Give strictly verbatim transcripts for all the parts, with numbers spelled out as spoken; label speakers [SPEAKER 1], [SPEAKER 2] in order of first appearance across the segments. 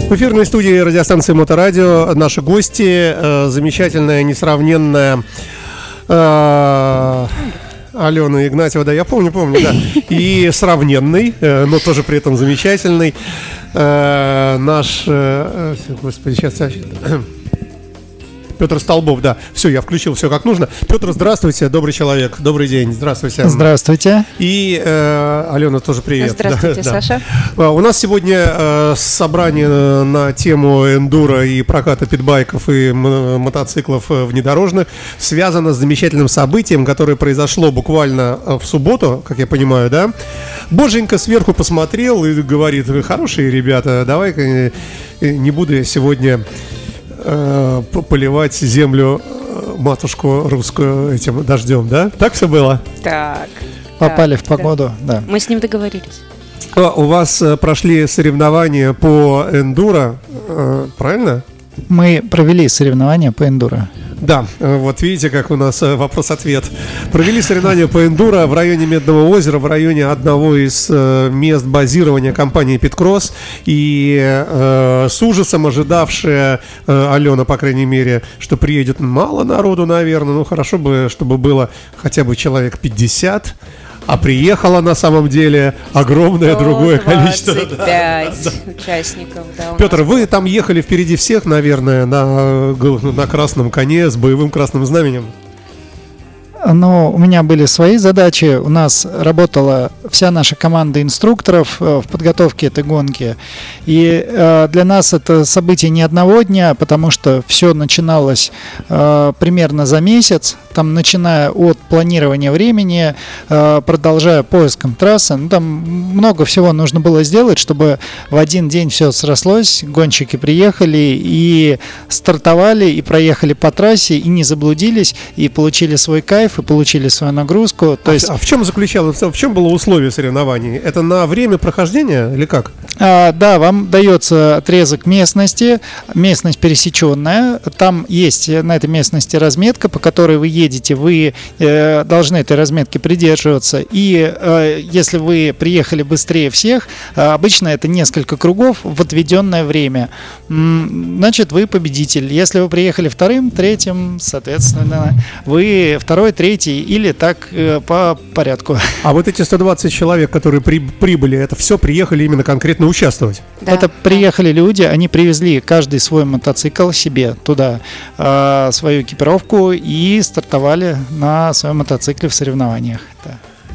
[SPEAKER 1] В эфирной студии радиостанции Моторадио наши гости, э, замечательная, несравненная э, Алена Игнатьева, да, я помню, помню, да, и сравненный, э, но тоже при этом замечательный э, наш, э, господи, сейчас... Петр Столбов, да. Все, я включил все как нужно. Петр, здравствуйте, добрый человек, добрый день, здравствуйте.
[SPEAKER 2] Здравствуйте.
[SPEAKER 1] И э, Алена, тоже привет.
[SPEAKER 2] Здравствуйте, да, Саша.
[SPEAKER 1] Да. У нас сегодня э, собрание на тему эндуро и проката питбайков и м- мотоциклов внедорожных связано с замечательным событием, которое произошло буквально в субботу, как я понимаю, да? Боженька сверху посмотрел и говорит: хорошие ребята, давай-ка не буду я сегодня... поливать землю, матушку русскую, этим дождем, да? Так все было?
[SPEAKER 3] Так.
[SPEAKER 2] Попали
[SPEAKER 3] так,
[SPEAKER 2] в погоду, да.
[SPEAKER 3] да. Мы с ним договорились.
[SPEAKER 1] А, у вас прошли соревнования по эндуро, правильно?
[SPEAKER 2] Мы провели соревнования по эндуро.
[SPEAKER 1] Да, вот видите, как у нас вопрос-ответ. Провели соревнования по эндуро в районе Медного озера, в районе одного из э, мест базирования компании Питкросс. И э, с ужасом ожидавшая э, Алена, по крайней мере, что приедет мало народу, наверное. Ну, хорошо бы, чтобы было хотя бы человек пятьдесят. А приехало на самом деле огромное другое количество.
[SPEAKER 3] двадцать пять да, да. участников. Да,
[SPEAKER 1] Петр, вы там ехали впереди всех, наверное, на, на красном коне с боевым красным знаменем.
[SPEAKER 2] Но у меня были свои задачи. У нас работала вся наша команда инструкторов в подготовке этой гонки. И э, для нас это событие не одного дня, потому что все начиналось э, примерно за месяц. Там, начиная от планирования времени, э, продолжая поиском трассы. Ну, там много всего нужно было сделать, чтобы в один день все срослось. Гонщики приехали и стартовали, и проехали по трассе, и не заблудились, и получили свой кайф, и получили свою нагрузку. То
[SPEAKER 1] а,
[SPEAKER 2] есть...
[SPEAKER 1] а в чем заключалось, в чем было условие соревнований? Это на время прохождения или как?
[SPEAKER 2] А, да, вам дается отрезок местности, местность пересеченная. Там есть на этой местности разметка, по которой вы едете. Вы э, должны этой разметки придерживаться. И э, если вы приехали быстрее всех, э, обычно это несколько кругов в отведенное время. М- значит, вы победитель. Если вы приехали вторым, третьим, соответственно, вы второй, третий или так э, по порядку.
[SPEAKER 1] А вот эти сто двадцать человек, которые при, прибыли, это все приехали именно конкретно участвовать?
[SPEAKER 2] Да, это приехали да. люди, они привезли каждый свой мотоцикл себе туда, э, свою экипировку и стартовали на своем мотоцикле в соревнованиях. Да.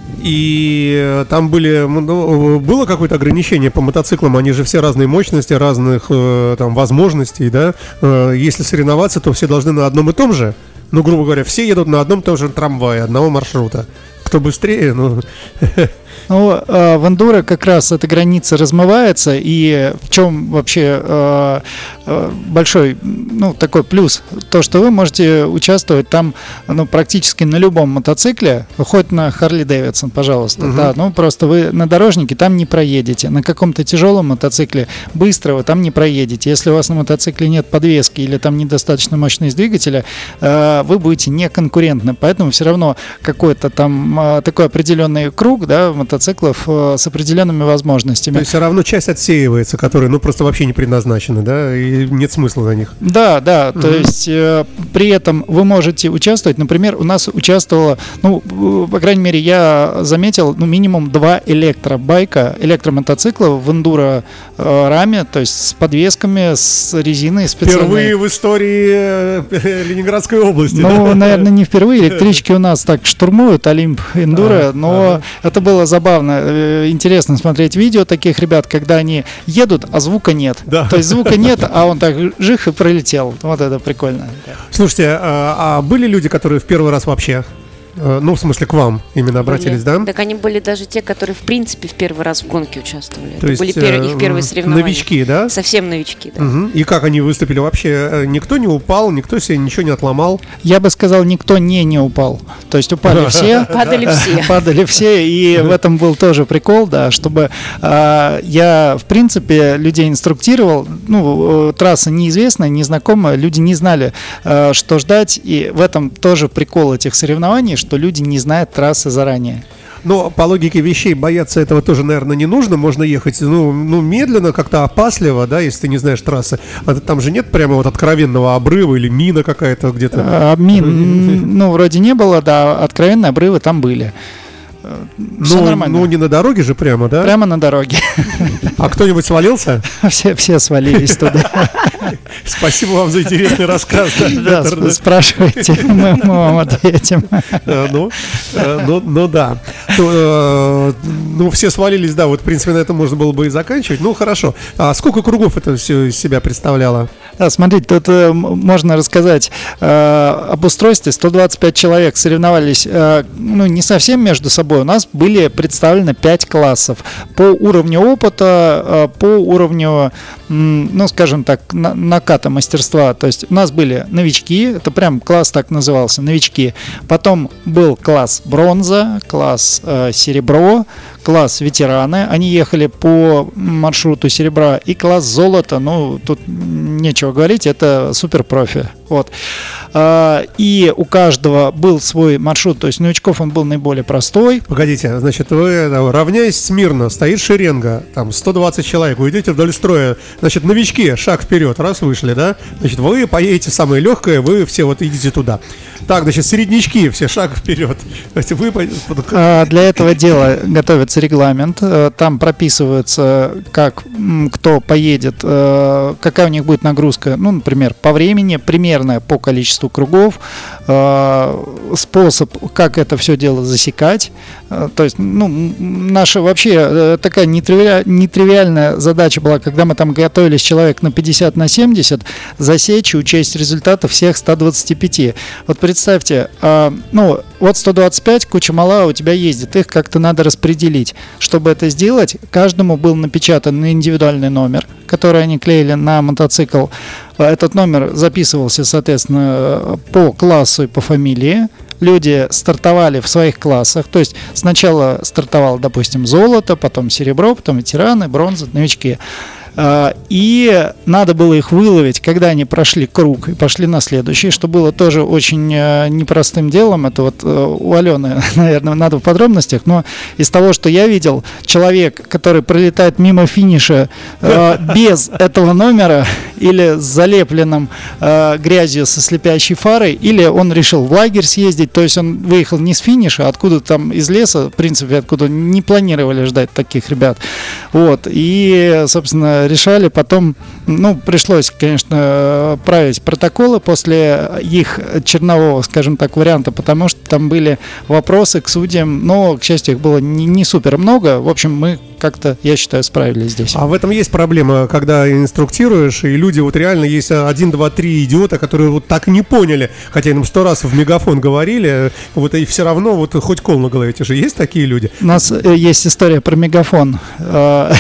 [SPEAKER 1] И там были, ну, было какое-то ограничение по мотоциклам, они же все разные мощности, разных э, там возможностей, да? Э, если соревноваться, то все должны на одном и том же. Ну, грубо говоря, все едут на одном и том же трамвае, одного маршрута. Кто быстрее, ну...
[SPEAKER 2] Ну, э, в эндуро как раз эта граница размывается, и в чем вообще э, э, большой, ну, такой плюс, то, что вы можете участвовать там, ну, практически на любом мотоцикле, хоть на Харли Дэвидсон, пожалуйста, uh-huh. да, ну, просто вы на дорожнике там не проедете, на каком-то тяжелом мотоцикле быстрого там не проедете, если у вас на мотоцикле нет подвески или там недостаточно мощность двигателя, э, вы будете неконкурентны, поэтому все равно какой-то там э, такой определенный круг, да, мотоциклов э, с определенными возможностями.
[SPEAKER 1] То есть все равно часть отсеивается, которые, ну, просто вообще не предназначены, да, и нет смысла на них.
[SPEAKER 2] Да, да, угу. То есть э, при этом вы можете участвовать, например, у нас участвовало, ну, по крайней мере, я заметил, ну, минимум два электробайка, электромотоцикла в эндуро э, раме, то есть с подвесками, с резиной специальной.
[SPEAKER 1] Впервые в истории э, Ленинградской области.
[SPEAKER 2] Ну,
[SPEAKER 1] да?
[SPEAKER 2] наверное, не впервые, электрички у нас так штурмуют Олимп эндуро, а, но ага. это было забавно, интересно смотреть видео таких ребят, когда они едут, а звука нет. Да. То есть звука нет, а он так жих и пролетел. Вот это прикольно.
[SPEAKER 1] Слушайте, а, а были люди, которые в первый раз вообще Ну, в смысле, к вам именно обратились, были. Да?
[SPEAKER 3] Так они были даже те, которые, в принципе, в первый раз в гонке участвовали.
[SPEAKER 1] То
[SPEAKER 3] Это
[SPEAKER 1] есть,
[SPEAKER 3] были пер- их первые соревнования.
[SPEAKER 1] Новички, да?
[SPEAKER 3] Совсем новички, да.
[SPEAKER 1] Угу. И как они выступили вообще? Никто не упал, никто себе ничего не отломал?
[SPEAKER 2] Я бы сказал, никто не не упал. То есть упали все.
[SPEAKER 3] Падали все.
[SPEAKER 2] Падали все, и в этом был тоже прикол, да, чтобы я, в принципе, людей инструктировал. Ну, трасса неизвестная, незнакомая, люди не знали, что ждать, и в этом тоже прикол этих соревнований, что люди не знают трассы заранее.
[SPEAKER 1] Но по логике вещей бояться этого тоже, наверное, не нужно. Можно ехать, ну, ну медленно, как-то опасливо, да, если ты не знаешь трассы. А там же нет прямо вот откровенного обрыва или мина какая-то где-то.
[SPEAKER 2] А, мин, ну, вроде не было, да, откровенные обрывы там были. Все
[SPEAKER 1] ну,
[SPEAKER 2] нормально.
[SPEAKER 1] Ну, не на дороге же прямо, да?
[SPEAKER 2] Прямо на дороге.
[SPEAKER 1] А кто-нибудь свалился?
[SPEAKER 2] Все, все свалились туда.
[SPEAKER 1] Спасибо вам за интересный рассказ.
[SPEAKER 2] Да, спрашивайте, мы вам ответим.
[SPEAKER 1] Ну, ну да. Ну, все свалились, да, вот, в принципе, на этом можно было бы и заканчивать. Ну, хорошо. А сколько кругов это все из себя представляло?
[SPEAKER 2] Да, смотрите, тут можно рассказать об устройстве. сто двадцать пять человек соревновались, ну, не совсем между собой. У нас были представлены пять классов по уровню опыта, по уровню, ну, скажем так, наката мастерства. То есть у нас были новички, это прям класс так назывался, новички. Потом был класс бронза, класс э, серебро, класс ветераны, они ехали по маршруту серебра, и класс золота, ну, тут нечего говорить, это суперпрофи. Вот. И у каждого был свой маршрут, то есть новичков он был наиболее простой.
[SPEAKER 1] Погодите, значит, вы, равняясь смирно, стоит шеренга, там сто двадцать человек, вы идете вдоль строя, значит, новички, шаг вперед, раз вышли, да, значит, вы поедете самое легкое, вы все вот идите туда. Так, значит, середнячки, все шаг вперед. Вы...
[SPEAKER 2] Для этого дела готовится регламент, там прописывается, как кто поедет, какая у них будет нагрузка, ну, например, по времени, примерно по количеству кругов, способ, как это все дело засекать. То есть, ну, наша вообще такая нетривиальная задача была, когда мы там готовились человек на пятьдесят на семьдесят, засечь и учесть результаты всех ста двадцати пяти. Вот представьте, ну, вот сто двадцать пять, куча мала у тебя ездит, их как-то надо распределить. Чтобы это сделать, каждому был напечатан индивидуальный номер, который они клеили на мотоцикл. Этот номер записывался, соответственно, по классу и по фамилии. Люди стартовали в своих классах, то есть сначала стартовал, допустим, золото, потом серебро, потом ветераны, бронза, новички. И надо было их выловить, когда они прошли круг и пошли на следующий, что было тоже очень непростым делом. Это вот у Алены, наверное, надо в подробностях, но из того, что я видел, человек, который пролетает мимо финиша без этого номера или с залепленным грязью со слепящей фарой, или он решил в лагерь съездить, то есть он выехал не с финиша, а откуда там из леса, в принципе, откуда не планировали ждать таких ребят. Вот, и, собственно, решали потом, ну, пришлось, конечно, править протоколы после их чернового, скажем так, варианта, потому что там были вопросы к судьям, но, к счастью, их было не, не супер много. В общем, мы как-то, я считаю, справились здесь.
[SPEAKER 1] А в этом есть проблема, когда инструктируешь, и люди, вот реально есть один, два, три идиота, которые вот так и не поняли, хотя им сто раз в мегафон говорили, вот и все равно вот хоть кол на голове, те же есть такие люди?
[SPEAKER 2] У нас есть история про мегафон.
[SPEAKER 1] Да?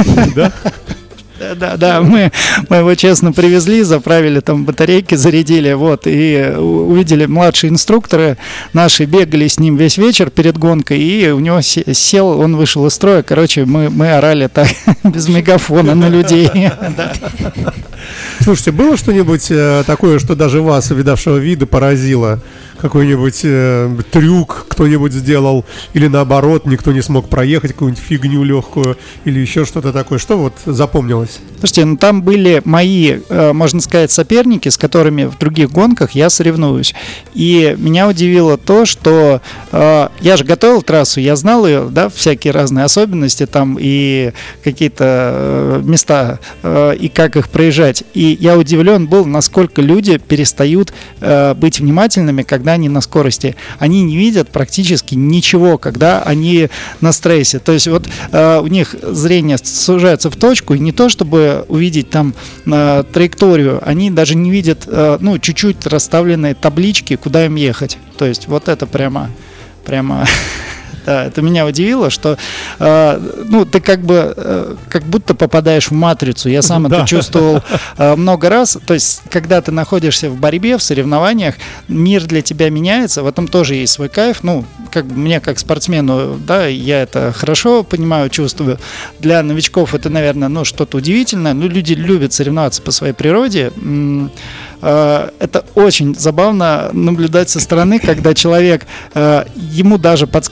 [SPEAKER 2] Да, да, мы, мы его честно привезли, заправили там батарейки, зарядили, вот, и увидели младшие инструкторы наши, бегали с ним весь вечер перед гонкой, и у него сел, он вышел из строя, короче, мы, мы орали так, без мегафона на людей.
[SPEAKER 1] Слушайте, было что-нибудь такое, что даже вас, видавшего вида, поразило? Какой-нибудь э, трюк кто-нибудь сделал, или наоборот, никто не смог проехать, какую-нибудь фигню легкую, или еще что-то такое. Что вот запомнилось?
[SPEAKER 2] Слушайте, ну там были мои, э, можно сказать, соперники, с которыми в других гонках я соревнуюсь. И меня удивило то, что э, я же готовил трассу, я знал ее, да, всякие разные особенности там и какие-то э, места, э, и как их проезжать. И я удивлен был, насколько люди перестают э, быть внимательными, когда они на скорости. Они не видят практически ничего, когда они на стрессе. То есть вот э, у них зрение сужается в точку, и не то, чтобы увидеть там э, траекторию, они даже не видят, э, ну, чуть-чуть расставленные таблички, куда им ехать. То есть вот это прямо, прямо... Да, это меня удивило, что э, ну, ты как бы э, как будто попадаешь в матрицу. Я сам это чувствовал э, много раз. То есть, когда ты находишься в борьбе, в соревнованиях, мир для тебя меняется. В этом тоже есть свой кайф. Ну, как бы мне, как спортсмену, да, я это хорошо понимаю, чувствую. Для новичков это, наверное, ну, что-то удивительное. Ну, люди любят соревноваться по своей природе. Это очень забавно наблюдать со стороны, когда человек, ему даже подсказывает,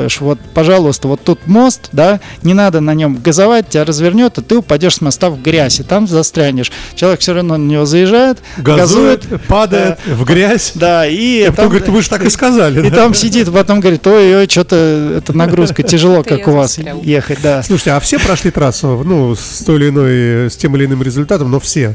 [SPEAKER 2] рассказываешь, вот, пожалуйста, вот тут мост, да, не надо на нем газовать, тебя развернет, и ты упадешь с моста в грязь, и там застрянешь. Человек все равно на него заезжает,
[SPEAKER 1] газует,
[SPEAKER 2] газует
[SPEAKER 1] падает
[SPEAKER 2] да,
[SPEAKER 1] в грязь.
[SPEAKER 2] Да, и
[SPEAKER 1] а потом говорит, вы же так и сказали.
[SPEAKER 2] И да? Там сидит, потом говорит, ой-ой, что-то это нагрузка, тяжело, как у вас ехать, да.
[SPEAKER 1] Слушайте, а все прошли трассу, ну, с той или иной, с тем или иным результатом, но все?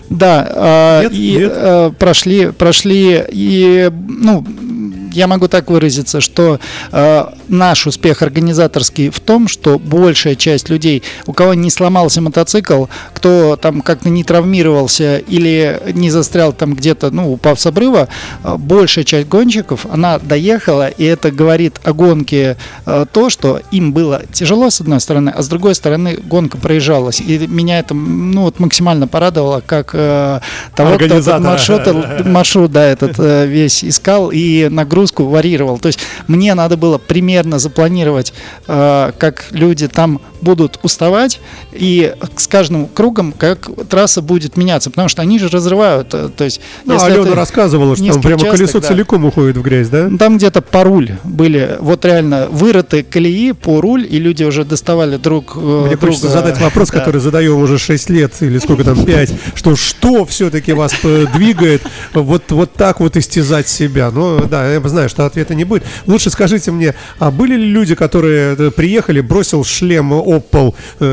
[SPEAKER 2] Да,
[SPEAKER 1] нет,
[SPEAKER 2] и
[SPEAKER 1] нет?
[SPEAKER 2] Э, прошли, прошли, и, ну, я могу так выразиться, что э, наш успех организаторский в том, что большая часть людей, у кого не сломался мотоцикл, кто там как-то не травмировался или не застрял там где-то, ну, упав с обрыва, э, большая часть гонщиков, она доехала, и это говорит о гонке э, то, что им было тяжело с одной стороны, а с другой стороны гонка проезжалась. И меня это, ну, вот максимально порадовало, как э, того, кто этот маршрут, маршрут, да, этот э, весь искал и нагрузку варьировал. То есть мне надо было примерно запланировать, э, как люди там будут уставать, и с каждым кругом как трасса будет меняться, потому что они же разрывают. То есть,
[SPEAKER 1] ну, Алена рассказывала, что там прямо участок, колесо да. целиком уходит в грязь, да?
[SPEAKER 2] Там где-то по руль были, вот реально вырыты колеи по руль, и люди уже доставали друг
[SPEAKER 1] Мне
[SPEAKER 2] друга.
[SPEAKER 1] хочется задать вопрос, да. который задаем уже шесть лет, или сколько там, пять, что что все-таки вас двигает вот, вот так вот истязать себя? Ну, да, я знаю, что ответа не будет. Лучше скажите мне, а были ли люди, которые приехали, бросил шлем об пол,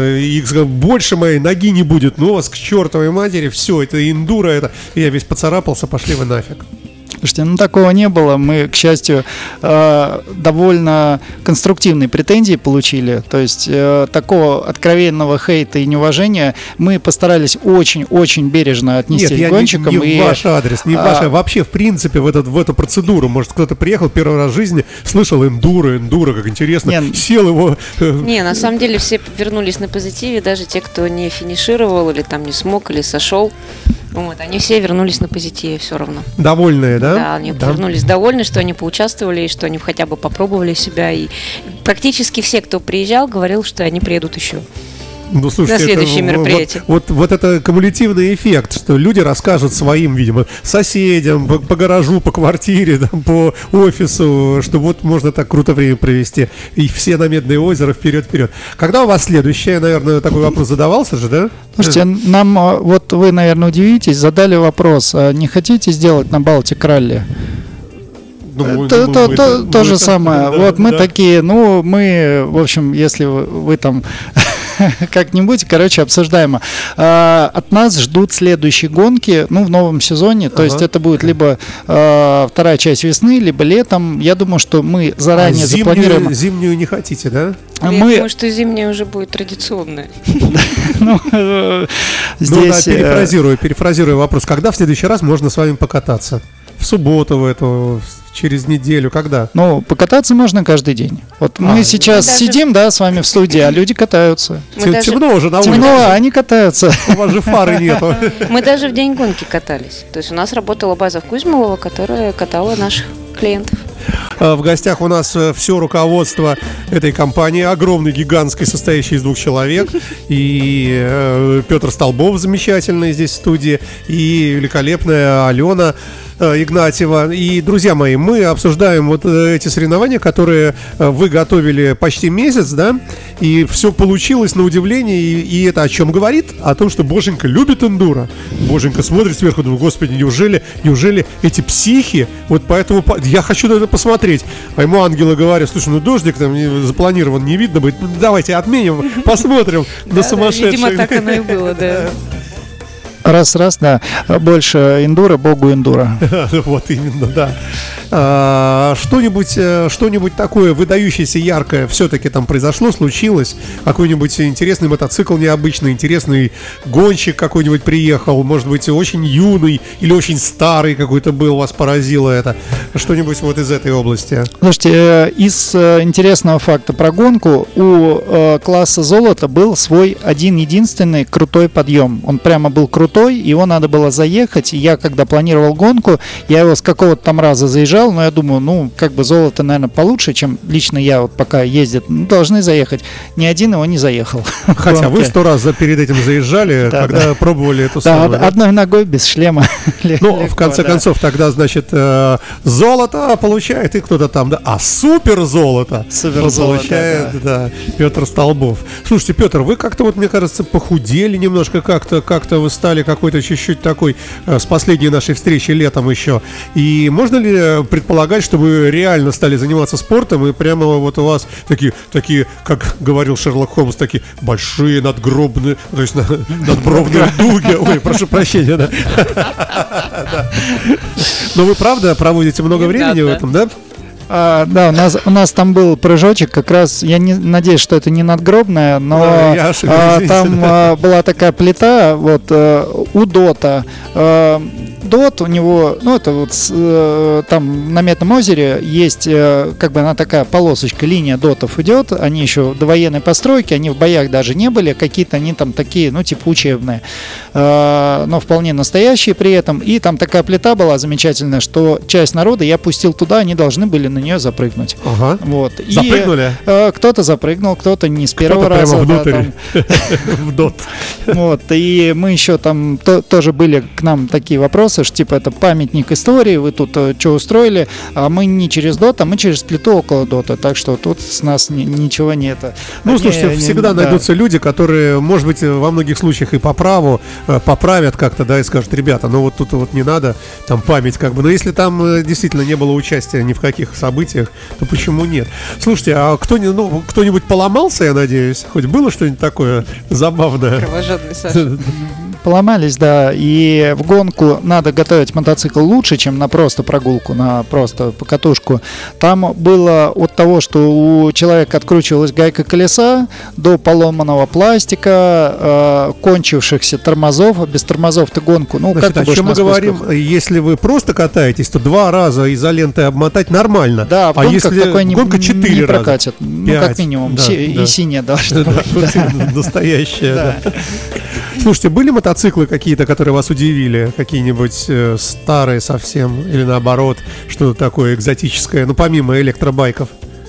[SPEAKER 1] и сказал, больше моей ноги не будет, ну вас к чертовой матери, все, это эндуро, это, я весь поцарапался, пошли вы нафиг.
[SPEAKER 2] Слушайте, ну такого не было. Мы, к счастью, э, довольно конструктивные претензии получили. То есть э, такого откровенного хейта и неуважения мы постарались очень-очень бережно отнести
[SPEAKER 1] Нет,
[SPEAKER 2] к гонщикам.
[SPEAKER 1] Нет, не, не
[SPEAKER 2] и,
[SPEAKER 1] в ваш адрес, не в ваш, а вообще в принципе в, этот, в эту процедуру. Может, кто-то приехал первый раз в жизни, слышал эндуро, эндуро, как интересно, не, сел его...
[SPEAKER 3] Не, на самом деле все вернулись на позитиве, даже те, кто не финишировал или там не смог, или сошел. Вот, они все вернулись на позитиве все равно.
[SPEAKER 1] Довольные, да?
[SPEAKER 3] Да, они да. вернулись довольны, что они поучаствовали, и что они хотя бы попробовали себя. И практически все, кто приезжал, говорил, что они приедут еще.
[SPEAKER 1] Ну, слушайте,
[SPEAKER 3] на следующее это, мероприятие.
[SPEAKER 1] Вот, вот, вот это кумулятивный эффект, что люди расскажут своим, видимо, соседям, по, по гаражу, по квартире, там, по офису, что вот можно так круто время провести. И все на Медное озеро вперед-вперед. Когда у вас следующее, наверное, такой вопрос задавался же, да?
[SPEAKER 2] Слушайте, нам, вот вы, наверное, удивитесь, задали вопрос, а не хотите сделать на Балтик ралли? Ну, то, мы, то, мы, то, мы, то мы, же мы, самое. Да, вот да. мы такие, ну, мы, в общем, если вы, вы там как-нибудь, короче, обсуждаемо. А, от нас ждут следующие гонки, ну, в новом сезоне. То ага. есть это будет либо а, вторая часть весны, либо летом. Я думаю, что мы заранее
[SPEAKER 1] а зимнюю,
[SPEAKER 2] запланируем.
[SPEAKER 1] Зимнюю не хотите, да?
[SPEAKER 3] Я мы... думаю, что зимняя уже будет традиционная.
[SPEAKER 1] Ну, здесь перефразирую, перефразирую вопрос. Когда в следующий раз можно с вами покататься? В субботу, в эту, через неделю, когда?
[SPEAKER 2] Ну, покататься можно каждый день. Вот а, мы сейчас мы сидим, даже... да, с вами в студии, а люди катаются.
[SPEAKER 3] Мы даже...
[SPEAKER 1] Темно уже на улице.
[SPEAKER 2] Темно, а они катаются.
[SPEAKER 1] У вас же фары нету.
[SPEAKER 3] Мы даже в день гонки катались. То есть у нас работала база в Кузьмолово, которая катала наших клиентов.
[SPEAKER 1] В гостях у нас все руководство этой компании, огромной, гигантской, состоящей из двух человек. И э, Петр Столбов замечательный здесь в студии, и великолепная Алена Игнатьева. И, друзья мои, мы обсуждаем вот эти соревнования, которые вы готовили почти месяц, да, и все получилось на удивление, и, и это о чем говорит? О том, что Боженька любит эндуро. Боженька смотрит сверху, думает, господи, неужели, неужели эти психи, вот поэтому я хочу на это посмотреть. А ему ангелы говорят, слушай, ну дождик там запланирован, не видно будет, ну, давайте отменим, посмотрим на сумасшедших.
[SPEAKER 3] Видимо, так оно и было, да.
[SPEAKER 2] Раз-раз, да. Больше эндуро, богу эндуро.
[SPEAKER 1] Вот именно, да. А, что-нибудь, что-нибудь такое выдающееся, яркое все-таки там произошло, случилось? Какой-нибудь интересный мотоцикл необычный, интересный гонщик какой-нибудь приехал, может быть, очень юный или очень старый какой-то был, вас поразило это? Что-нибудь вот из этой области?
[SPEAKER 2] Слушайте, из интересного факта про гонку, у класса золота был свой один-единственный крутой подъем. Он прямо был крутой, его надо было заехать. Я, когда планировал гонку, я его с какого-то там раза заезжал, заезжал, но я думаю, ну, как бы золото, наверное, получше, чем лично я, вот пока ездит, ну, должны заехать. Ни один его не заехал.
[SPEAKER 1] Хотя вы сто раз перед этим заезжали, да, когда да. пробовали эту
[SPEAKER 2] да,
[SPEAKER 1] самую.
[SPEAKER 2] Да, одной ногой без шлема.
[SPEAKER 1] Ну, в конце да. концов, тогда, значит, э, золото получает и кто-то там, да, а супер золото
[SPEAKER 2] супер золото,
[SPEAKER 1] получает, да. да, Петр Столбов. Слушайте, Петр, вы как-то вот, мне кажется, похудели немножко, как-то, как-то вы стали какой-то чуть-чуть такой э, с последней нашей встречи летом еще. И можно ли предполагать, что вы реально стали заниматься спортом, и прямо вот у вас такие, такие, как говорил Шерлок Холмс, такие большие надгробные, то есть надбровные дуги. Ой, прошу прощения, да. Но вы правда проводите много времени в этом, да?
[SPEAKER 2] А, да, у нас, у нас там был прыжочек, как раз, я не, надеюсь, что это не надгробная, но да, ошибаюсь, а, там да. а, была такая плита, вот, а, у Дота. А, Дот у него, ну это вот э, там на Медном озере есть, э, как бы она такая полосочка, линия дотов идет, они еще до военной постройки, они в боях даже не были, какие-то они там такие, ну типа учебные, э, но вполне настоящие при этом, и там такая плита была замечательная, что часть народа я пустил туда, они должны были на нее запрыгнуть.
[SPEAKER 1] Ага.
[SPEAKER 2] Вот.
[SPEAKER 1] Запрыгнули?
[SPEAKER 2] И, э, кто-то запрыгнул, кто-то не с первого
[SPEAKER 1] кто-то
[SPEAKER 2] раза.
[SPEAKER 1] Прямо внутрь, да, там. В дот.
[SPEAKER 2] Вот, и мы еще там то, тоже были к нам такие вопросы, что типа это памятник истории, вы тут uh, что устроили, а мы не через дот, а мы через плиту около дота, так что тут с нас ни, ничего не это.
[SPEAKER 1] Ну,
[SPEAKER 2] не,
[SPEAKER 1] слушайте,
[SPEAKER 2] не,
[SPEAKER 1] всегда
[SPEAKER 2] да.
[SPEAKER 1] найдутся люди, которые, может быть, во многих случаях и по праву э, поправят как-то, да, и скажут, ребята, ну вот тут вот не надо, там память как бы, но если там э, действительно не было участия ни в каких событиях, то почему нет? Слушайте, а кто-нибудь, ну, кто-нибудь поломался, я надеюсь? Хоть было что-нибудь такое забавное?
[SPEAKER 3] Кровожадный Саша.
[SPEAKER 2] Поломались, да, и в гонку надо готовить мотоцикл лучше, чем на просто прогулку, на просто покатушку. Там было от того, что у человека откручивалась гайка колеса, до поломанного пластика, э, кончившихся тормозов. Без тормозов ты гонку, ну,
[SPEAKER 1] значит,
[SPEAKER 2] как ты
[SPEAKER 1] о чем мы говорим, если вы просто катаетесь, то два раза изолентой обмотать нормально.
[SPEAKER 2] Да, в
[SPEAKER 1] а
[SPEAKER 2] гонках
[SPEAKER 1] если
[SPEAKER 2] такой не,
[SPEAKER 1] гонка четыре
[SPEAKER 2] не
[SPEAKER 1] раза,
[SPEAKER 2] прокатит, ну,
[SPEAKER 1] пять,
[SPEAKER 2] как минимум,
[SPEAKER 1] да,
[SPEAKER 2] си-
[SPEAKER 1] да.
[SPEAKER 2] и синяя должна быть.
[SPEAKER 1] Настоящая, да. Слушайте, были мотоциклы какие-то, которые вас удивили? Какие-нибудь э, старые совсем? Или наоборот, что-то такое экзотическое? Ну, помимо электробайков.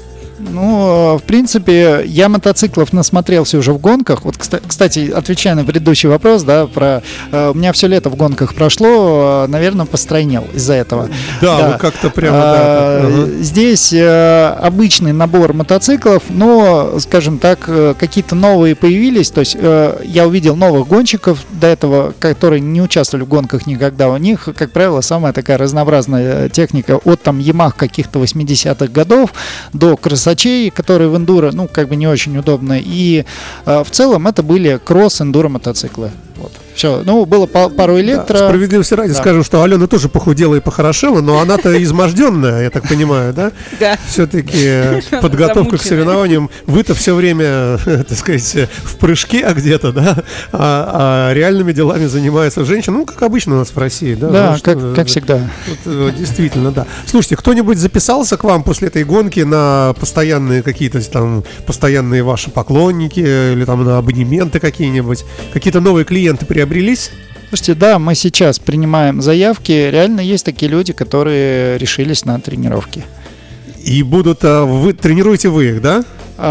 [SPEAKER 2] Ну, в принципе, я мотоциклов насмотрелся уже в гонках. Вот, кстати, отвечая на предыдущий вопрос, да, про э, у меня все лето в гонках прошло, э, наверное, постройнел из-за этого.
[SPEAKER 1] Да, да. Вы как-то прямо.
[SPEAKER 2] А,
[SPEAKER 1] да, так,
[SPEAKER 2] здесь э, обычный набор мотоциклов, но, скажем так, э, какие-то новые появились. То есть э, я увидел новых гонщиков до этого, которые не участвовали в гонках никогда. У них, как правило, самая такая разнообразная техника от там Yamaha каких-то восьмидесятых годов до красоты, которые в эндуро, ну, как бы не очень удобно. И э, в целом это были кросс-эндуро мотоциклы. Вот. Все. Ну, было по- пару электро.
[SPEAKER 1] Да, справедливости ради да. скажу, что Алена тоже похудела и похорошела, но она-то изможденная, я так понимаю, да?
[SPEAKER 3] Да.
[SPEAKER 1] Все-таки подготовка к соревнованиям. Вы-то все время, так сказать, в прыжке где-то, да? А, а реальными делами занимается женщина, ну, как обычно у нас в России, да?
[SPEAKER 2] Да, как, что, как всегда.
[SPEAKER 1] Вот, действительно, да. Слушайте, кто-нибудь записался к вам после этой гонки на постоянные какие-то там, постоянные ваши поклонники или там на абонементы какие-нибудь? Какие-то новые клиенты приобрели? Приобрелись?
[SPEAKER 2] Слушайте, да, мы сейчас принимаем заявки. Реально есть такие люди, которые решились на тренировки.
[SPEAKER 1] И будут, вы тренируете вы их, да?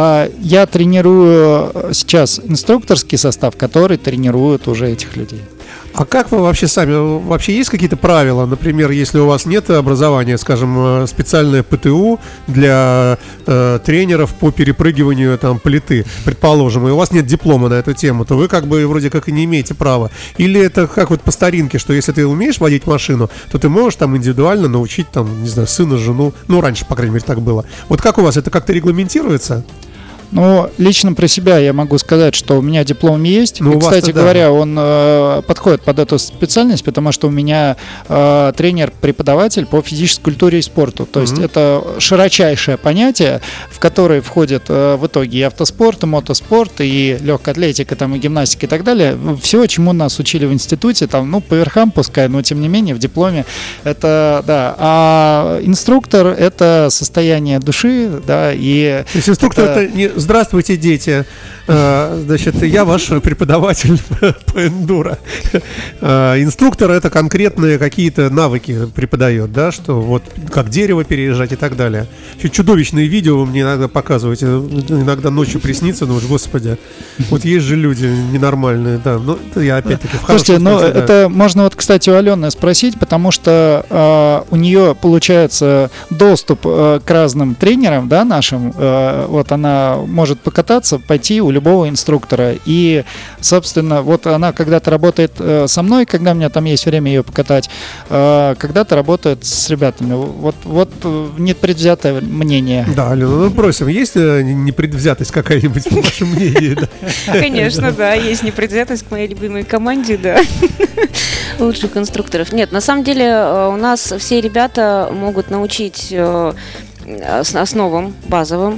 [SPEAKER 2] Я тренирую сейчас инструкторский состав, который тренирует уже этих людей.
[SPEAKER 1] А как вы вообще сами, вообще есть какие-то правила, например, если у вас нет образования, скажем, специальное ПТУ для э, тренеров по перепрыгиванию там плиты, предположим, и у вас нет диплома на эту тему, то вы как бы вроде как и не имеете права. Или это как вот по старинке, что если ты умеешь водить машину, то ты можешь там индивидуально научить там, не знаю, сына, жену, ну раньше, по крайней мере, так было. Вот как у вас, это как-то регламентируется?
[SPEAKER 2] Ну, лично про себя я могу сказать, что у меня диплом есть. Ну, и, кстати говоря, да. он э, подходит под эту специальность, потому что у меня э, тренер-преподаватель по физической культуре и спорту. То mm-hmm. есть это широчайшее понятие, в которое входит э, в итоге и автоспорт, и мотоспорт, и легкая атлетика, там, и гимнастика и так далее. Всего, чему нас учили в институте, там, ну, по верхам пускай, но тем не менее в дипломе это, да. А инструктор — это состояние души, да, и...
[SPEAKER 1] То есть инструктор — это, это не здравствуйте, дети. Значит, я ваш преподаватель по эндуро. Инструктор это конкретные какие-то навыки преподает, да, что вот как дерево переезжать и так далее. Чудовищные видео вы мне иногда показываете, иногда ночью приснится, ну уж, господи, вот есть же люди ненормальные, да, но я опять-таки в
[SPEAKER 2] Слушайте, ну
[SPEAKER 1] смысле, да.
[SPEAKER 2] это можно вот, кстати, у Алены спросить, потому что э, у нее получается доступ э, к разным тренерам, да, нашим, э, вот она может покататься, пойти у любого инструктора, и, собственно, вот она когда-то работает э, со мной, когда у меня там есть время ее покатать, э, когда-то работает с ребятами, вот, вот непредвзятое мнение.
[SPEAKER 1] Да, Алена, ну просим, есть непредвзятость какая-нибудь, по вашему мнению?
[SPEAKER 3] Конечно, да, есть непредвзятость к моей любимой команде, да, лучших инструкторов. Нет, на самом деле у нас все ребята могут научить основам базовым.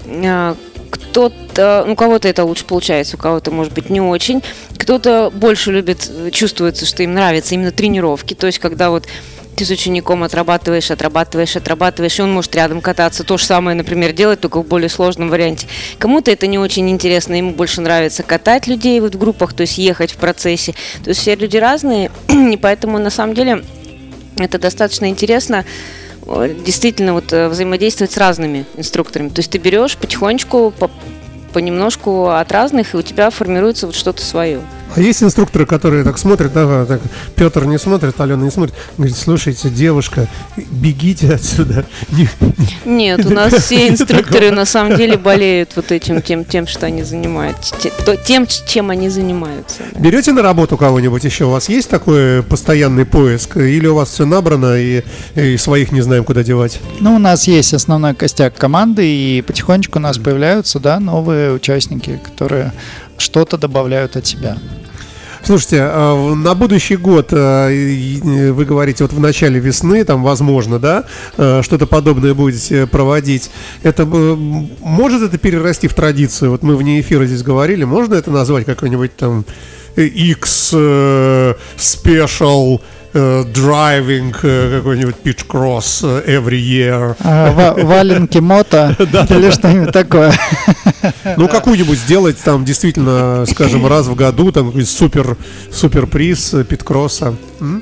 [SPEAKER 3] Кто-то, у кого-то это лучше получается, у кого-то, может быть, не очень. Кто-то больше любит, чувствуется, что им нравятся именно тренировки, то есть когда вот ты с учеником отрабатываешь, отрабатываешь, отрабатываешь, и он может рядом кататься. То же самое, например, делать, только в более сложном варианте. Кому-то это не очень интересно, ему больше нравится катать людей вот в группах, то есть ехать в процессе. То есть все люди разные, и поэтому на самом деле это достаточно интересно действительно вот взаимодействовать с разными инструкторами. То есть ты берешь потихонечку, по, понемножку от разных, и у тебя формируется вот что-то свое.
[SPEAKER 1] А есть инструкторы, которые так смотрят, да, так, Петр не смотрит, Алена не смотрит, говорит, слушайте, девушка, бегите отсюда.
[SPEAKER 3] Нет, у нас все инструкторы на самом деле болеют вот этим, тем, тем, что они занимаются, тем, чем они занимаются. Да.
[SPEAKER 1] Берете на работу кого-нибудь еще? У вас есть такой постоянный поиск? Или у вас все набрано и, и своих не знаем, куда девать?
[SPEAKER 2] Ну, у нас есть основной костяк команды, и потихонечку у нас появляются, да, новые участники, которые что-то добавляют от себя.
[SPEAKER 1] Слушайте, на будущий год, вы говорите, вот в начале весны, там, возможно, да, что-то подобное будете проводить. Это может это перерасти в традицию? Вот мы вне эфира здесь говорили, можно это назвать какой-нибудь там X Special driving какой-нибудь pitch cross every year?
[SPEAKER 2] А, валенки мото или что-нибудь такое.
[SPEAKER 1] Ну, какую-нибудь сделать там действительно, скажем, раз в году, там супер, супер приз питкросса.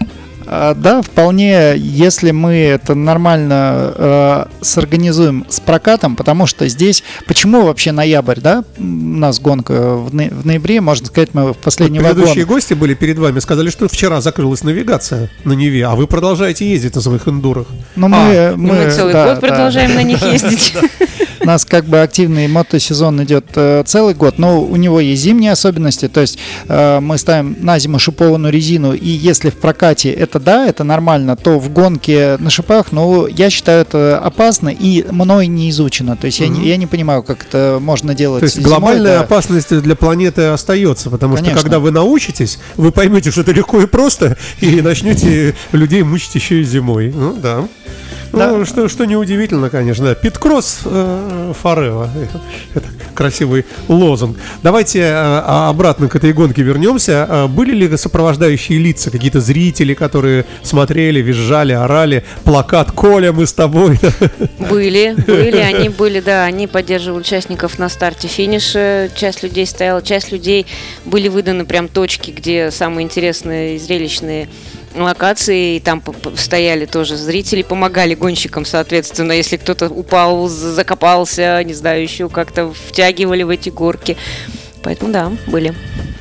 [SPEAKER 2] А, да, вполне, если мы это нормально э, сорганизуем с прокатом, потому что здесь, почему вообще ноябрь, да, у нас гонка в, но- в ноябре, можно сказать, мы в последний
[SPEAKER 1] вот
[SPEAKER 2] вагон.
[SPEAKER 1] Предыдущие гости были перед вами, сказали, что вчера закрылась навигация на Неве, а вы продолжаете ездить на своих эндурах.
[SPEAKER 2] Ну, мы,
[SPEAKER 1] а,
[SPEAKER 2] мы,
[SPEAKER 3] мы целый
[SPEAKER 2] да,
[SPEAKER 3] год
[SPEAKER 2] да.
[SPEAKER 3] продолжаем на них ездить.
[SPEAKER 2] У нас как бы активный мотосезон идет э, целый год, но у него есть зимние особенности, то есть э, мы ставим на зиму шипованную резину, и если в прокате это да, это нормально, то в гонке на шипах, ну, я считаю это опасно и мной не изучено, то есть mm-hmm. я, не, я не понимаю, как это можно делать.
[SPEAKER 1] То есть
[SPEAKER 2] зимой,
[SPEAKER 1] глобальная
[SPEAKER 2] да.
[SPEAKER 1] опасность для планеты остается, потому
[SPEAKER 2] Конечно.
[SPEAKER 1] что когда вы научитесь, вы поймете, что это легко и просто, и начнете людей мучить еще и зимой. Ну да. Да. Ну, что, что неудивительно, конечно. Питкросс э, forever. Это красивый лозунг. Давайте э, обратно к этой гонке вернемся. Э, были ли сопровождающие лица, какие-то зрители, которые смотрели, визжали, орали? Плакат «Коля, мы с тобой».
[SPEAKER 3] Были, были, они были, да, они поддерживали участников на старте-финише. Часть людей стояла, часть людей были выданы прям точки, где самые интересные и зрелищные локации, и там стояли тоже зрители, помогали гонщикам, соответственно, если кто-то упал, закопался, не знаю, еще как-то втягивали в эти горки. Поэтому да, были.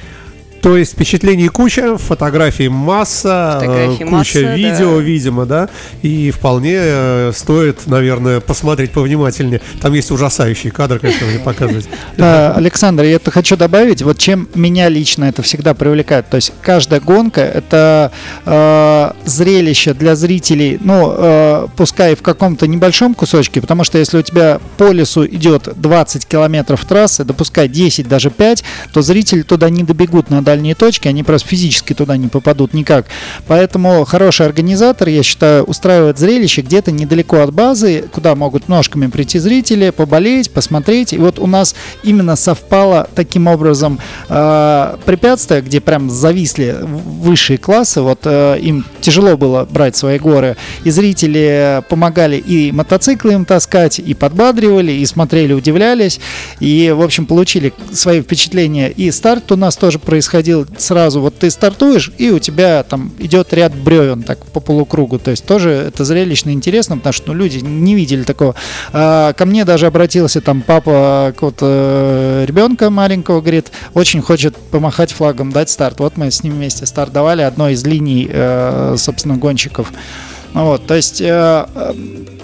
[SPEAKER 1] То есть впечатлений куча, фотографий масса,
[SPEAKER 3] Фотографий
[SPEAKER 1] куча
[SPEAKER 3] масса,
[SPEAKER 1] видео,
[SPEAKER 3] да.
[SPEAKER 1] видимо, да, и вполне э, стоит, наверное, посмотреть повнимательнее. Там есть ужасающий кадр, конечно, мне показывать.
[SPEAKER 2] Да, Александр, я это хочу добавить, вот чем меня лично это всегда привлекает, то есть каждая гонка это э, зрелище для зрителей, ну, э, пускай в каком-то небольшом кусочке, потому что если у тебя по лесу идет двадцать километров трассы, да пускай десять, даже пять, то зрители туда не добегут на дальние точки, они просто физически туда не попадут никак. Поэтому хороший организатор, я считаю, устраивает зрелище где-то недалеко от базы, куда могут ножками прийти зрители, поболеть, посмотреть. И вот у нас именно совпало таким образом э, препятствия, где прям зависли высшие классы, вот э, им тяжело было брать свои горы. И зрители помогали и мотоциклы им таскать, и подбадривали, и смотрели, удивлялись. И, в общем, получили свои впечатления. И старт у нас тоже происходил сразу. Вот ты стартуешь, и у тебя там идет ряд бревен так по полукругу. То есть тоже это зрелищно интересно, потому что ну, люди не видели такого. А, ко мне даже обратился там папа какого-то ребенка маленького, говорит, очень хочет помахать флагом, дать старт. Вот мы с ним вместе стартовали одной из линий, э, собственно, гонщиков. Вот, то есть, э, э,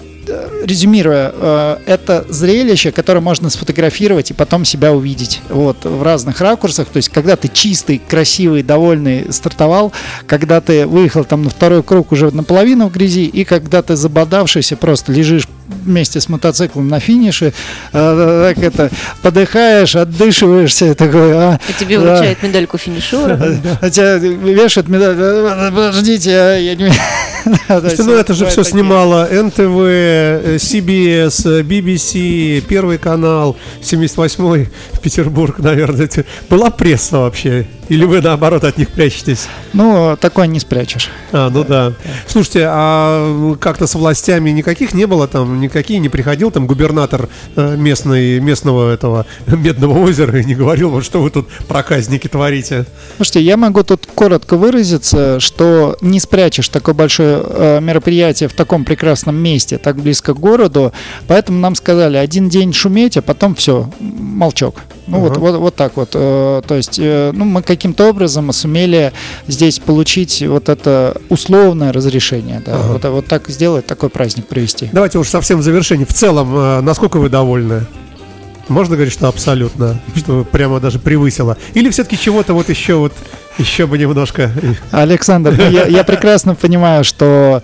[SPEAKER 2] резюмируя, э, это зрелище, которое можно сфотографировать и потом себя увидеть вот, в разных ракурсах. То есть, когда ты чистый, красивый, довольный стартовал, когда ты выехал там на второй круг уже наполовину в грязи, и когда ты забодавшийся просто лежишь вместе с мотоциклом на финише, э, так это, подыхаешь, отдышиваешься, такой, а,
[SPEAKER 3] и тебе вручают да. медальку финишера.
[SPEAKER 2] А тебя вешают медаль, подождите, я не...
[SPEAKER 1] Ну это же все снимало эн тэ вэ, си би эс, би би си, Первый канал, семьдесят восьмой, Петербург, наверное. Была пресса вообще? Или вы, наоборот, от них прячетесь?
[SPEAKER 2] Ну, такое не спрячешь.
[SPEAKER 1] А, ну да. Слушайте, а как-то с властями никаких не было там, никакие не приходил там губернатор местный, местного этого Медного озера и не говорил, вот что вы тут проказники творите?
[SPEAKER 2] Слушайте, я могу тут коротко выразиться, что не спрячешь такое большое э, мероприятие в таком прекрасном месте, так близко к городу, поэтому нам сказали один день шуметь, а потом все, молчок. Ну uh-huh. вот, вот, вот так вот. Э, то есть, э, ну, мы каким-то образом сумели здесь получить вот это условное разрешение. Да, uh-huh. вот, вот так сделать, такой праздник провести.
[SPEAKER 1] Давайте уж совсем в завершение. В целом, э, насколько вы довольны? Можно говорить, что абсолютно, что прямо даже превысило? Или все-таки чего-то вот еще вот еще бы немножко.
[SPEAKER 2] Александр, я, я прекрасно понимаю, что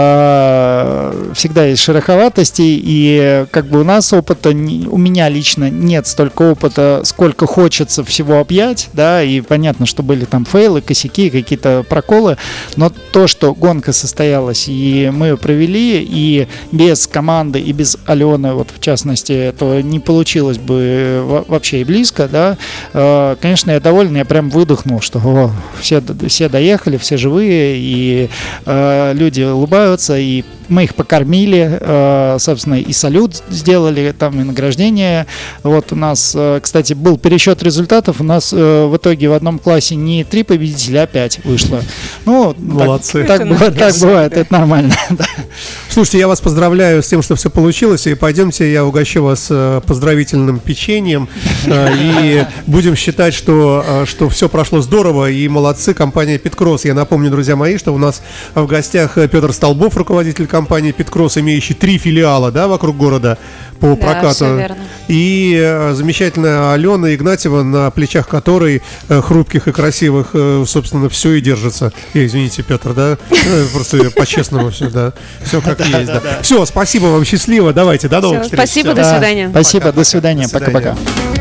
[SPEAKER 2] э, всегда есть шероховатости, и как бы у нас опыта, у меня лично нет столько опыта, сколько хочется всего объять, да, и понятно, что были там фейлы, косяки, какие-то проколы, но то, что гонка состоялась, и мы ее провели, и без команды, и без Алены, вот в частности, то не получилось бы вообще и близко, да, э, конечно, я доволен, я прям выдохнул, что Все, все доехали, все живые, и э, люди улыбаются, и мы их покормили, э, собственно, и салют сделали, там и награждение. Вот у нас, э, кстати, был пересчет результатов, у нас э, в итоге в одном классе не три победителя, а пять вышло. Ну,
[SPEAKER 1] молодцы.
[SPEAKER 2] Так, так, бывает, так бывает, это нормально.
[SPEAKER 1] Слушайте, я вас поздравляю с тем, что все получилось, и пойдемте, я угощу вас поздравительным печеньем, и будем считать, что, что все прошло здорово, и молодцы, компания Питкросс. Я напомню, друзья мои, что у нас в гостях Петр Столбов, руководитель компании Питкросс, имеющий три филиала, да, вокруг города по да, прокату. И э, замечательная Алена Игнатьева, на плечах которой э, хрупких и красивых, э, собственно, все и держится. И, извините, Петр, да? Э, просто по-честному все, да. Все как есть, да. Все, спасибо вам, счастливо. Давайте, до новых встреч.
[SPEAKER 3] Спасибо, до свидания.
[SPEAKER 2] Спасибо, до свидания. Пока-пока.